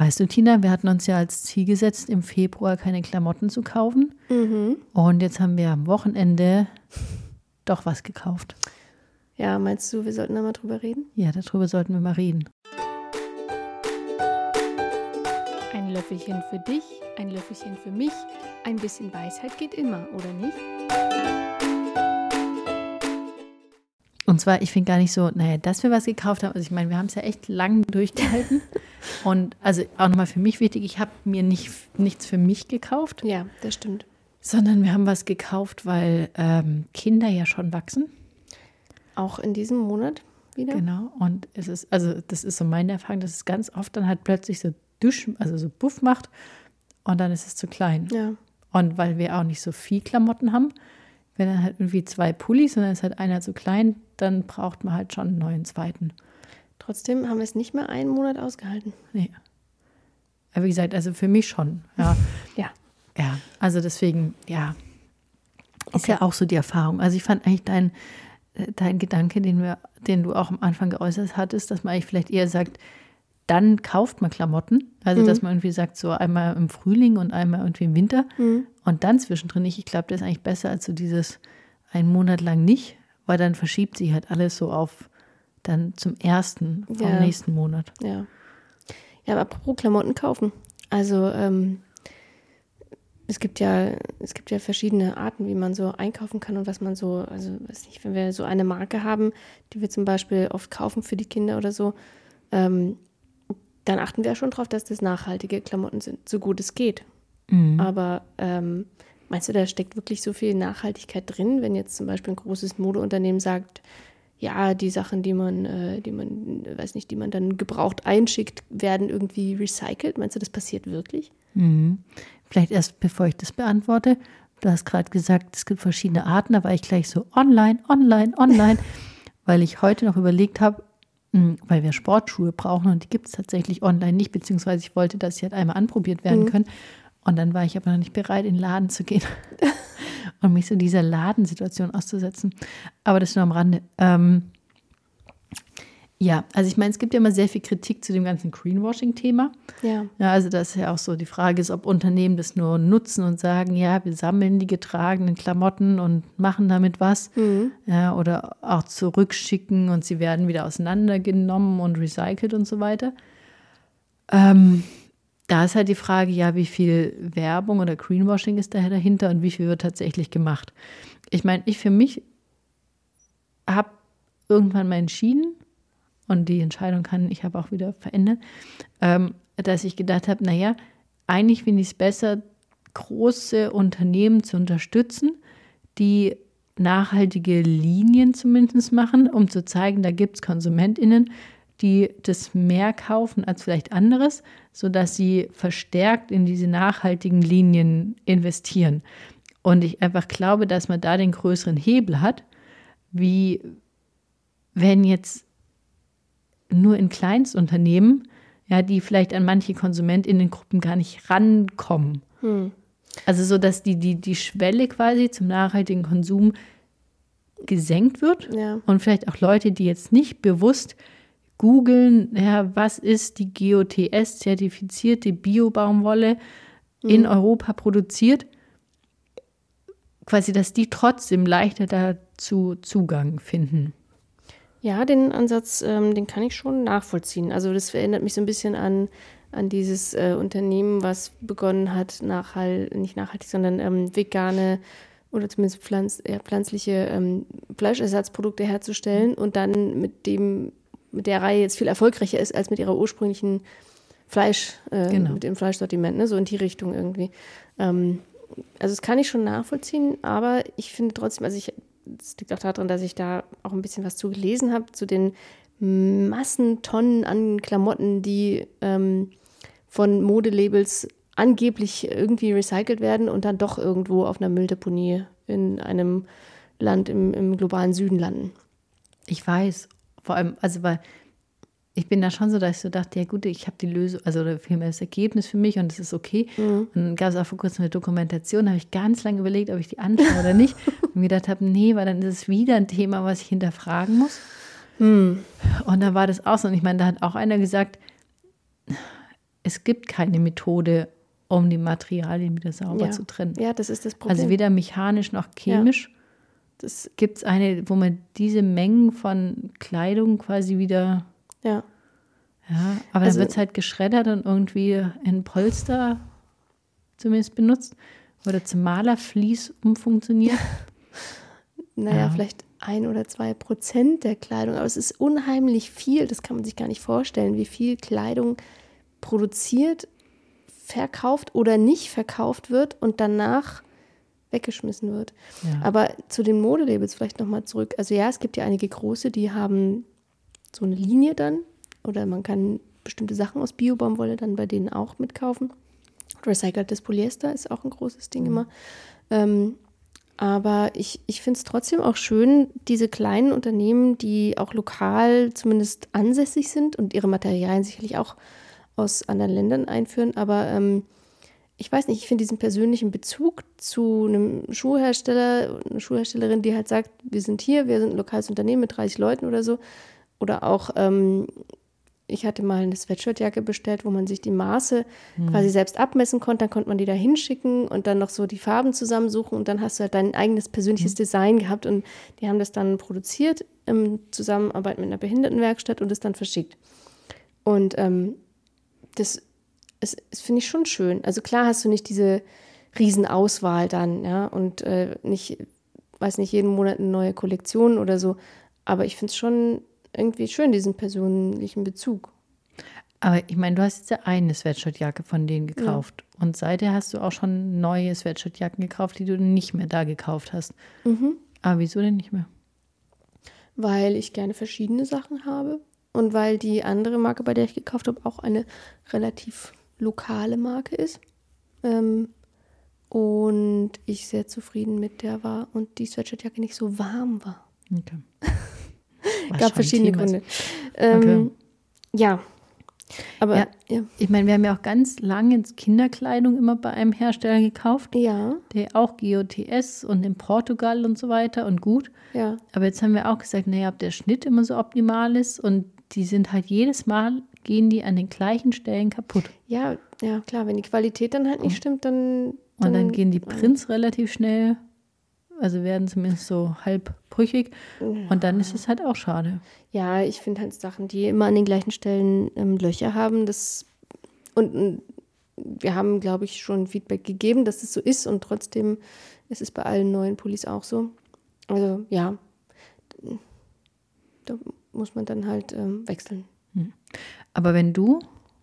Weißt du, Tina, wir hatten uns ja als Ziel gesetzt, im Februar keine Klamotten zu kaufen. Und jetzt haben wir am Wochenende doch was gekauft. Ja, meinst du, wir sollten da mal drüber reden? Ja, darüber sollten wir mal reden. Ein Löffelchen für dich, ein Löffelchen für mich. Ein bisschen Weisheit geht immer, oder nicht? Und zwar, ich finde gar nicht so, dass wir was gekauft haben. Also ich meine, wir haben es ja echt lang durchgehalten. Und also auch nochmal für mich wichtig, ich habe mir nichts für mich gekauft. Ja, das stimmt. Sondern wir haben was gekauft, weil Kinder ja schon wachsen. Auch in diesem Monat wieder? Genau. Und das ist so meine Erfahrung, dass es ganz oft dann halt plötzlich so so Buff macht und dann ist es zu klein. Ja. Und weil wir auch nicht so viel Klamotten haben, wenn dann halt irgendwie 2 Pullis und dann ist halt einer zu klein, dann braucht man halt schon einen neuen zweiten. Trotzdem haben wir es nicht mehr einen Monat ausgehalten. Nee. Aber wie gesagt, also für mich schon. Ja. Ja. Ja, also deswegen, ja. Ist ja auch so die Erfahrung. Also ich fand eigentlich dein Gedanke, den du auch am Anfang geäußert hattest, dass man eigentlich vielleicht eher sagt, dann kauft man Klamotten. Also dass man irgendwie sagt, so einmal im Frühling und einmal irgendwie im Winter und dann zwischendrin nicht. Ich glaube, das ist eigentlich besser als so dieses einen Monat lang nicht, weil dann verschiebt sich halt alles so auf dann zum ersten vom nächsten Monat. Ja. Ja, aber apropos Klamotten kaufen. Also es gibt ja verschiedene Arten, wie man so einkaufen kann und was man so, also weiß nicht, wenn wir so eine Marke haben, die wir zum Beispiel oft kaufen für die Kinder oder so, dann achten wir ja schon drauf, dass das nachhaltige Klamotten sind, so gut es geht. Aber meinst du, da steckt wirklich so viel Nachhaltigkeit drin, wenn jetzt zum Beispiel ein großes Modeunternehmen sagt, ja, die Sachen, die man dann gebraucht einschickt, werden irgendwie recycelt? Meinst du, das passiert wirklich? Vielleicht erst, bevor ich das beantworte. Du hast gerade gesagt, es gibt verschiedene Arten, da war ich gleich so online, weil ich heute noch überlegt habe, weil wir Sportschuhe brauchen und die gibt es tatsächlich online nicht, beziehungsweise ich wollte, dass sie halt einmal anprobiert werden können. Und dann war ich aber noch nicht bereit, in den Laden zu gehen und mich so dieser Ladensituation auszusetzen. Aber das nur am Rande. Ja, also ich meine, es gibt ja immer sehr viel Kritik zu dem ganzen Greenwashing-Thema. Ja. Ja, also das ist ja auch so die Frage ist, ob Unternehmen das nur nutzen und sagen, ja, wir sammeln die getragenen Klamotten und machen damit was. Ja, oder auch zurückschicken und sie werden wieder auseinandergenommen und recycelt und so weiter. Da ist halt die Frage, ja, wie viel Werbung oder Greenwashing ist dahinter und wie viel wird tatsächlich gemacht. Ich meine, ich für mich habe irgendwann mal entschieden, und die Entscheidung kann ich aber auch wieder verändern, dass ich gedacht habe, naja, eigentlich finde ich es besser, große Unternehmen zu unterstützen, die nachhaltige Linien zumindest machen, um zu zeigen, da gibt es KonsumentInnen, die das mehr kaufen als vielleicht anderes, sodass sie verstärkt in diese nachhaltigen Linien investieren. Und ich einfach glaube, dass man da den größeren Hebel hat, wie wenn jetzt nur in Kleinstunternehmen, ja, die vielleicht an manche KonsumentInnengruppen gar nicht rankommen. Also so, dass die Schwelle quasi zum nachhaltigen Konsum gesenkt wird. Ja. Und vielleicht auch Leute, die jetzt nicht bewusst googeln, ja, was ist die GOTS-zertifizierte Bio-Baumwolle in Europa produziert, quasi, dass die trotzdem leichter dazu Zugang finden. Ja, den Ansatz, den kann ich schon nachvollziehen. Also das erinnert mich so ein bisschen an dieses Unternehmen, was begonnen hat, nicht nachhaltig, sondern vegane oder zumindest pflanzliche Fleischersatzprodukte herzustellen und dann mit der Reihe jetzt viel erfolgreicher ist als mit ihrer ursprünglichen mit dem Fleischsortiment, ne? So in die Richtung irgendwie. Also das kann ich schon nachvollziehen, aber ich finde trotzdem, es liegt auch daran, dass ich da auch ein bisschen was zu gelesen habe, zu den Massentonnen an Klamotten, die von Modelabels angeblich irgendwie recycelt werden und dann doch irgendwo auf einer Mülldeponie in einem Land im globalen Süden landen. Ich weiß, vor allem, also weil ich bin da schon so, dass ich so dachte, ja gut, ich habe die Lösung, also oder vielmehr das Ergebnis für mich und es ist okay. Und dann gab es auch vor kurzem eine Dokumentation, da habe ich ganz lange überlegt, ob ich die anschaue oder nicht. Und mir gedacht habe, nee, weil dann ist es wieder ein Thema, was ich hinterfragen muss. Und da war das auch so. Und ich meine, da hat auch einer gesagt, es gibt keine Methode, um die Materialien wieder sauber zu trennen. Ja, das ist das Problem. Also weder mechanisch noch chemisch. Gibt es eine, wo man diese Mengen von Kleidung quasi wieder... Ja. Ja, aber dann wird es halt geschreddert und irgendwie in Polster zumindest benutzt oder zum Malervlies umfunktioniert. Naja, vielleicht 1 oder 2% der Kleidung, aber es ist unheimlich viel, das kann man sich gar nicht vorstellen, wie viel Kleidung produziert, verkauft oder nicht verkauft wird und danach weggeschmissen wird. Ja. Aber zu den Modelabels vielleicht nochmal zurück. Also ja, es gibt ja einige große, die haben so eine Linie dann oder man kann bestimmte Sachen aus Bio-Baumwolle dann bei denen auch mitkaufen. Recyceltes Polyester ist auch ein großes Ding immer. Aber ich finde es trotzdem auch schön, diese kleinen Unternehmen, die auch lokal zumindest ansässig sind und ihre Materialien sicherlich auch aus anderen Ländern einführen. Aber ich weiß nicht, ich finde diesen persönlichen Bezug zu einem Schuhhersteller, eine Schuhherstellerin, die halt sagt, wir sind hier, wir sind ein lokales Unternehmen mit 30 Leuten oder so. Oder auch, ich hatte mal eine Sweatshirtjacke bestellt, wo man sich die Maße quasi selbst abmessen konnte. Dann konnte man die da hinschicken und dann noch so die Farben zusammensuchen und dann hast du halt dein eigenes persönliches Design gehabt und die haben das dann produziert in Zusammenarbeit mit einer Behindertenwerkstatt und es dann verschickt. Und das finde ich schon schön. Also klar hast du nicht diese Riesenauswahl dann, ja, und nicht jeden Monat eine neue Kollektion oder so, aber ich finde es schon irgendwie schön, diesen persönlichen Bezug. Aber ich meine, du hast jetzt ja eine Sweatshirtjacke von denen gekauft. Ja. Und seither hast du auch schon neue Sweatshirtjacken gekauft, die du nicht mehr da gekauft hast. Aber wieso denn nicht mehr? Weil ich gerne verschiedene Sachen habe und weil die andere Marke, bei der ich gekauft habe, auch eine relativ lokale Marke ist. Und ich sehr zufrieden mit der war und die Sweatshirtjacke nicht so warm war. Okay. Gab verschiedene Gründe. Ja, aber ja. Ich meine, wir haben ja auch ganz lange Kinderkleidung immer bei einem Hersteller gekauft, ja, der auch GOTS und in Portugal und so weiter und gut. Ja. Aber jetzt haben wir auch gesagt, naja, ob der Schnitt immer so optimal ist und die sind halt jedes Mal, gehen die an den gleichen Stellen kaputt. Ja, klar, wenn die Qualität dann halt nicht stimmt, dann und dann gehen die Prints relativ schnell, also werden zumindest so halb brüchig. Und dann ist es halt auch schade. Ja, ich finde halt Sachen, die immer an den gleichen Stellen Löcher haben, und wir haben, glaube ich, schon Feedback gegeben, dass es so ist und trotzdem ist es bei allen neuen Pullis auch so. Also ja, da muss man dann halt wechseln. Aber wenn du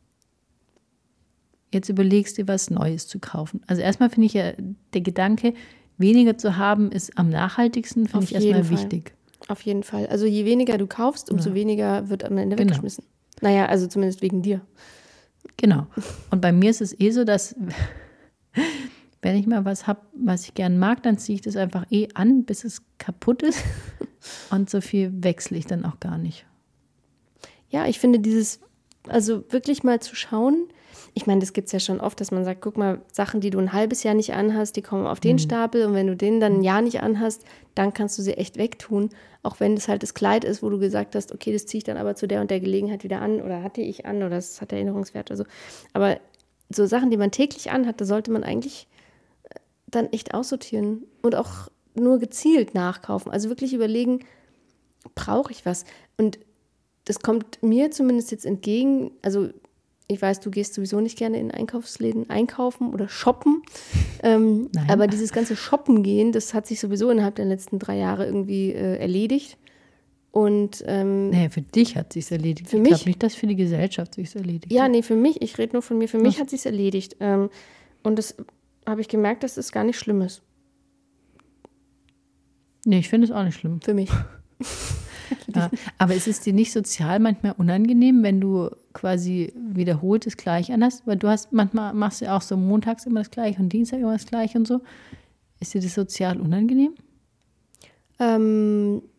jetzt überlegst, dir was Neues zu kaufen, also erstmal finde ich ja, der Gedanke, weniger zu haben, ist am nachhaltigsten, finde ich erstmal wichtig. Auf jeden Fall. Also je weniger du kaufst, umso weniger wird am Ende weggeschmissen. Naja, also zumindest wegen dir. Genau. Und bei mir ist es so, dass wenn ich mal was habe, was ich gern mag, dann ziehe ich das einfach an, bis es kaputt ist. Und so viel wechsle ich dann auch gar nicht. Ja, ich finde also wirklich mal zu schauen, ich meine, das gibt es ja schon oft, dass man sagt, guck mal, Sachen, die du ein halbes Jahr nicht anhast, die kommen auf den Stapel und wenn du den dann ein Jahr nicht anhast, dann kannst du sie echt wegtun, auch wenn das halt das Kleid ist, wo du gesagt hast, okay, das ziehe ich dann aber zu der und der Gelegenheit wieder an oder hatte ich an oder das hat Erinnerungswert oder so. Aber so Sachen, die man täglich anhat, da sollte man eigentlich dann echt aussortieren und auch nur gezielt nachkaufen. Also wirklich überlegen, brauche ich was? Und das kommt mir zumindest jetzt entgegen, also ich weiß, du gehst sowieso nicht gerne in Einkaufsläden einkaufen oder shoppen, aber dieses ganze Shoppen gehen, das hat sich sowieso innerhalb der letzten 3 Jahre irgendwie erledigt. Und naja, für dich hat es sich erledigt. Ich glaube nicht, dass für die Gesellschaft sich erledigt. Ja, nee, für mich, ich rede nur von mir, für mich hat es sich erledigt. Und das habe ich gemerkt, dass es gar nicht schlimm ist. Nee, ich finde es auch nicht schlimm. Für mich. Ja, aber ist es dir nicht sozial manchmal unangenehm, wenn du quasi wiederholt das Gleiche anhast? Weil manchmal machst du auch so montags immer das Gleiche und Dienstag immer das Gleiche und so. Ist dir das sozial unangenehm? Nein,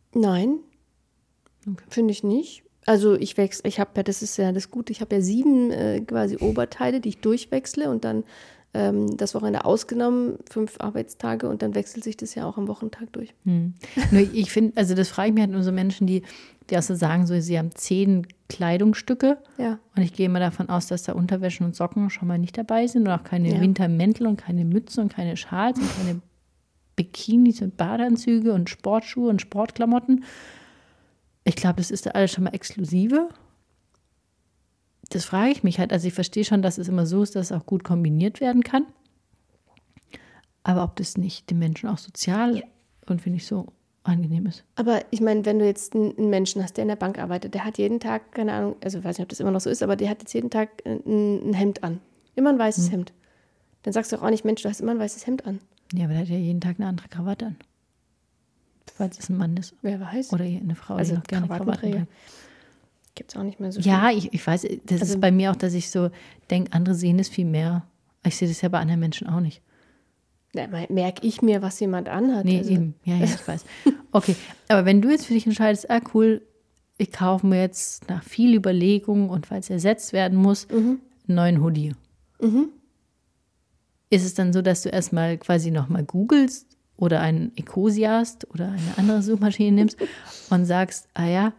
finde ich nicht. Also ich habe ja, das ist ja das Gute, ich habe ja 7 quasi Oberteile, die ich durchwechsle und dann das Wochenende ausgenommen, 5 Arbeitstage und dann wechselt sich das ja auch am Wochentag durch. Nur ich finde, also das frage ich mich halt nur so Menschen, die die auch so sagen, so, sie haben 10 Kleidungsstücke. Ja. Und ich gehe immer davon aus, dass da Unterwäsche und Socken schon mal nicht dabei sind und auch keine Ja. Wintermäntel und keine Mützen und keine Schals und keine Bikinis und Badeanzüge und Sportschuhe und Sportklamotten. Ich glaube, das ist da alles schon mal exklusive. Das frage ich mich halt. Also ich verstehe schon, dass es immer so ist, dass es auch gut kombiniert werden kann. Aber ob das nicht den Menschen auch sozial und finde ich so angenehm ist. Aber ich meine, wenn du jetzt einen Menschen hast, der in der Bank arbeitet, der hat jeden Tag, keine Ahnung, also ich weiß nicht, ob das immer noch so ist, aber der hat jetzt jeden Tag ein Hemd an. Immer ein weißes Hemd. Dann sagst du auch nicht, Mensch, du hast immer ein weißes Hemd an. Ja, aber der hat ja jeden Tag eine andere Krawatte an. Falls es ein Mann ist. Wer weiß. Oder eine Frau, Also die noch gerne Krawatten Krawattenträger. trägt. Gibt es auch nicht mehr so Ja, ich weiß, das ist bei mir auch, dass ich so denke, andere sehen es viel mehr. Ich sehe das ja bei anderen Menschen auch nicht. Na, merke ich mir, was jemand anhat. Nee, also. eben. Ja, ich weiß. Okay, aber wenn du jetzt für dich entscheidest, cool, ich kaufe mir jetzt nach viel Überlegung und weil es ersetzt werden muss, einen neuen Hoodie. Ist es dann so, dass du erstmal quasi nochmal googelst oder einen Ecosiast oder eine andere Suchmaschine nimmst und sagst,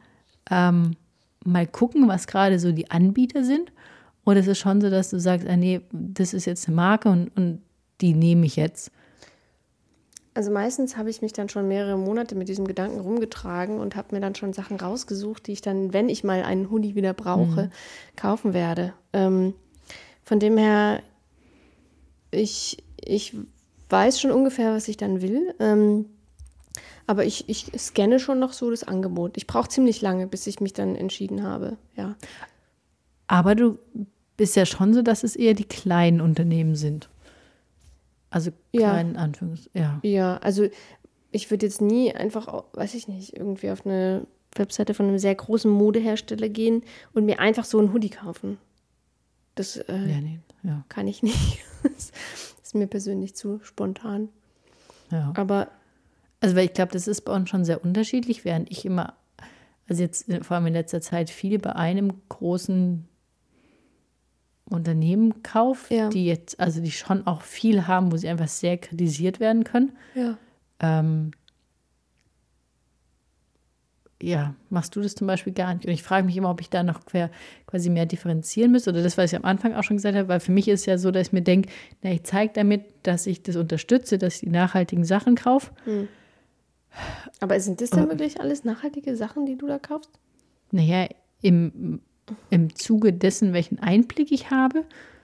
mal gucken, was gerade so die Anbieter sind? Oder ist es schon so, dass du sagst, nee, das ist jetzt eine Marke und die nehme ich jetzt? Also meistens habe ich mich dann schon mehrere Monate mit diesem Gedanken rumgetragen und habe mir dann schon Sachen rausgesucht, die ich dann, wenn ich mal einen Hoodie wieder brauche, kaufen werde. Von dem her, ich weiß schon ungefähr, was ich dann will. Aber ich scanne schon noch so das Angebot. Ich brauche ziemlich lange, bis ich mich dann entschieden habe. Ja. Aber du bist ja schon so, dass es eher die kleinen Unternehmen sind. Also kleinen Anführungszeichen, Ja, also ich würde jetzt nie einfach, weiß ich nicht, irgendwie auf eine Webseite von einem sehr großen Modehersteller gehen und mir einfach so einen Hoodie kaufen. Das kann ich nicht. Das ist mir persönlich zu spontan. Ja. Aber also weil ich glaube, das ist bei uns schon sehr unterschiedlich, während ich immer, also jetzt vor allem in letzter Zeit viel bei einem großen Unternehmen kaufe, die jetzt, also die schon auch viel haben, wo sie einfach sehr kritisiert werden können. Machst du das zum Beispiel gar nicht? Und ich frage mich immer, ob ich da noch quasi mehr differenzieren müsste oder das, was ich am Anfang auch schon gesagt habe, weil für mich ist es ja so, dass ich mir denke, ich zeige damit, dass ich das unterstütze, dass ich die nachhaltigen Sachen kaufe. Aber sind das dann wirklich alles nachhaltige Sachen, die du da kaufst? Naja, im Zuge dessen, welchen Einblick ich habe,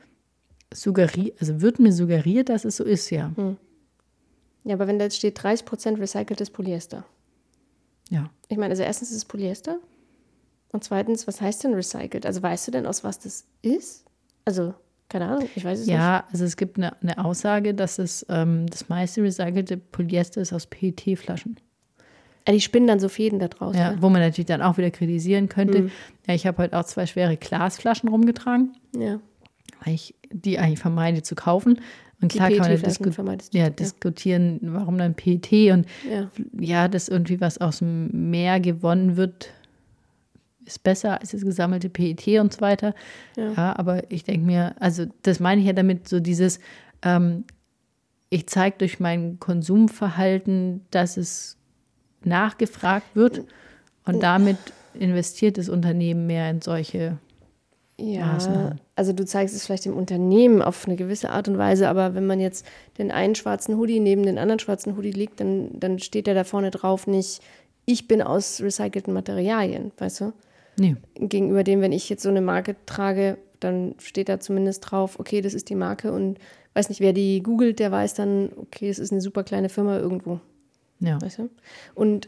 wird mir suggeriert, dass es so ist, ja. Ja, aber wenn da jetzt steht 30% recyceltes Polyester. Ja. Ich meine, also erstens ist es Polyester und zweitens, was heißt denn recycelt? Also weißt du denn, aus was das ist? Also, keine Ahnung, ich weiß es nicht. Ja, also es gibt eine Aussage, dass es das meiste recycelte Polyester ist aus PET-Flaschen. Die spinnen dann so Fäden da draus. Ja, wo man natürlich dann auch wieder kritisieren könnte. Ja, ich habe heute auch 2 schwere Glasflaschen rumgetragen, weil ich die eigentlich vermeide zu kaufen. Und klar kann man diskutieren, warum dann PET und das irgendwie, was aus dem Meer gewonnen wird, ist besser als das gesammelte PET und so weiter. Ja, aber ich denke mir, also das meine ich ja damit, so dieses, ich zeige durch mein Konsumverhalten, dass es nachgefragt wird und damit investiert das Unternehmen mehr in solche Maßnahmen. Also du zeigst es vielleicht dem Unternehmen auf eine gewisse Art und Weise, aber wenn man jetzt den einen schwarzen Hoodie neben den anderen schwarzen Hoodie legt, dann steht da vorne drauf nicht, ich bin aus recycelten Materialien, weißt du? Nee. Gegenüber dem, wenn ich jetzt so eine Marke trage, dann steht da zumindest drauf, okay, das ist die Marke und weiß nicht, wer die googelt, der weiß dann, okay, es ist eine super kleine Firma irgendwo. Ja. Weißt du? Und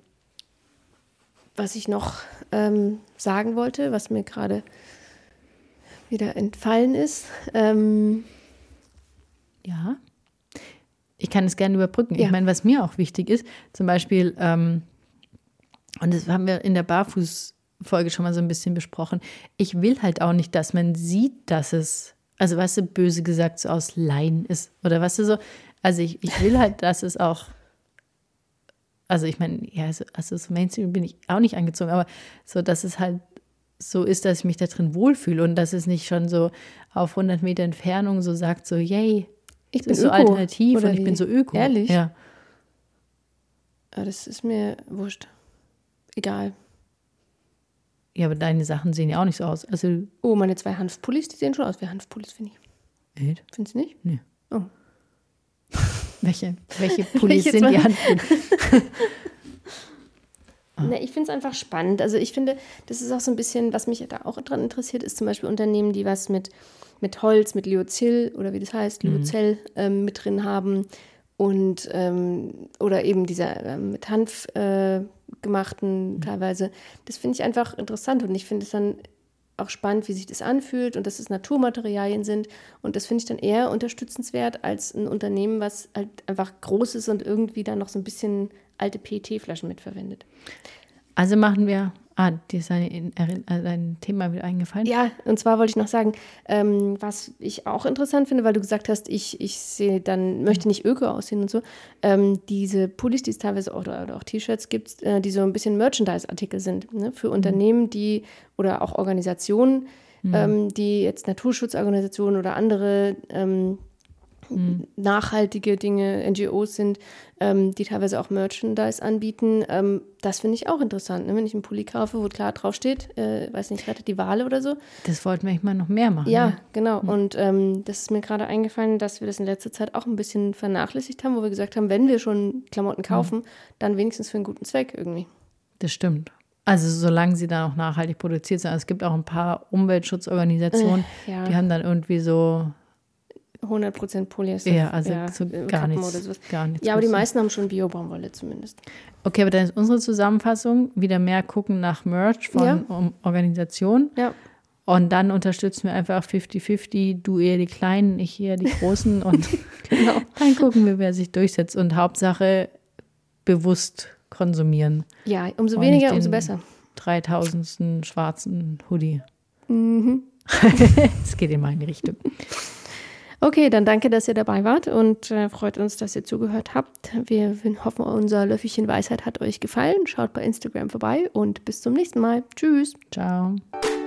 was ich noch sagen wollte, was mir gerade wieder entfallen ist. Ich kann es gerne überbrücken. Ja. Ich meine, was mir auch wichtig ist, zum Beispiel, und das haben wir in der Barfuß-Folge schon mal so ein bisschen besprochen, ich will halt auch nicht, dass man sieht, dass es, also weißt du, böse gesagt, so aus Leinen ist. Oder weißt du so, also ich will halt, dass es auch, also ich meine, ja, also so Mainstream bin ich auch nicht angezogen, aber so, dass es halt so ist, dass ich mich da drin wohlfühle und dass es nicht schon so auf 100 Meter Entfernung so sagt, so, yay, ich bin so Öko, alternativ und ich wie? bin so öko. Ehrlich? Ja. Das ist mir wurscht. Egal. Ja, aber deine Sachen sehen ja auch nicht so aus. Also, Oh, meine 2 Hanfpullis, die sehen schon aus wie Hanfpullis, finde ich. echt? Findest du nicht? Nee. Oh. Welche Pullis Welche sind zwei? die Handpullis? Na, ich finde es einfach spannend. Also ich finde, das ist auch so ein bisschen, was mich da auch dran interessiert, ist zum Beispiel Unternehmen, die was mit Holz, mit Lyocell oder wie das heißt, Lyocell mit drin haben und oder eben dieser mit Hanf gemachten teilweise. Das finde ich einfach interessant und ich finde es dann auch spannend, wie sich das anfühlt und dass es Naturmaterialien sind. Und das finde ich dann eher unterstützenswert als ein Unternehmen, was halt einfach groß ist und irgendwie dann noch so ein bisschen alte PET-Flaschen mitverwendet. Also machen wir, dir ist ein Thema wieder eingefallen. Ja, und zwar wollte ich noch sagen, was ich auch interessant finde, weil du gesagt hast, ich sehe dann, möchte nicht öko aussehen und so. Diese Pullis, die es teilweise oder auch T-Shirts gibt, die so ein bisschen Merchandise-Artikel sind, ne, für Unternehmen, die oder auch Organisationen, die jetzt Naturschutzorganisationen oder andere nachhaltige Dinge, NGOs sind, die teilweise auch Merchandise anbieten. Das finde ich auch interessant, ne? Wenn ich einen Pulli kaufe, wo klar draufsteht, weiß nicht, rettet die Wale oder so. Das wollten wir echt mal noch mehr machen. Ja, Ne? genau. Und das ist mir gerade eingefallen, dass wir das in letzter Zeit auch ein bisschen vernachlässigt haben, wo wir gesagt haben, wenn wir schon Klamotten kaufen, dann wenigstens für einen guten Zweck irgendwie. Das stimmt. Also solange sie dann auch nachhaltig produziert sind. Also es gibt auch ein paar Umweltschutzorganisationen, Ja. die haben dann irgendwie so 100% Polyester. Ja, also so gar Kappen nichts. oder sowas. Gar nichts Ja, aber die müssen. meisten haben schon Bio-Baumwolle zumindest. Okay, aber dann ist unsere Zusammenfassung wieder mehr gucken nach Merch von Organisationen. Ja. Und dann unterstützen wir einfach 50-50, du eher die Kleinen, ich eher die Großen. Und Genau. dann gucken wir, wer sich durchsetzt. Und Hauptsache bewusst konsumieren. Ja, umso Und weniger, nicht umso den besser. 3000. schwarzen Hoodie. Es geht in meine Richtung. Okay, dann danke, dass ihr dabei wart und freut uns, dass ihr zugehört habt. Wir hoffen, unser Löffelchen Weisheit hat euch gefallen. Schaut bei Instagram vorbei und bis zum nächsten Mal. Tschüss. Ciao.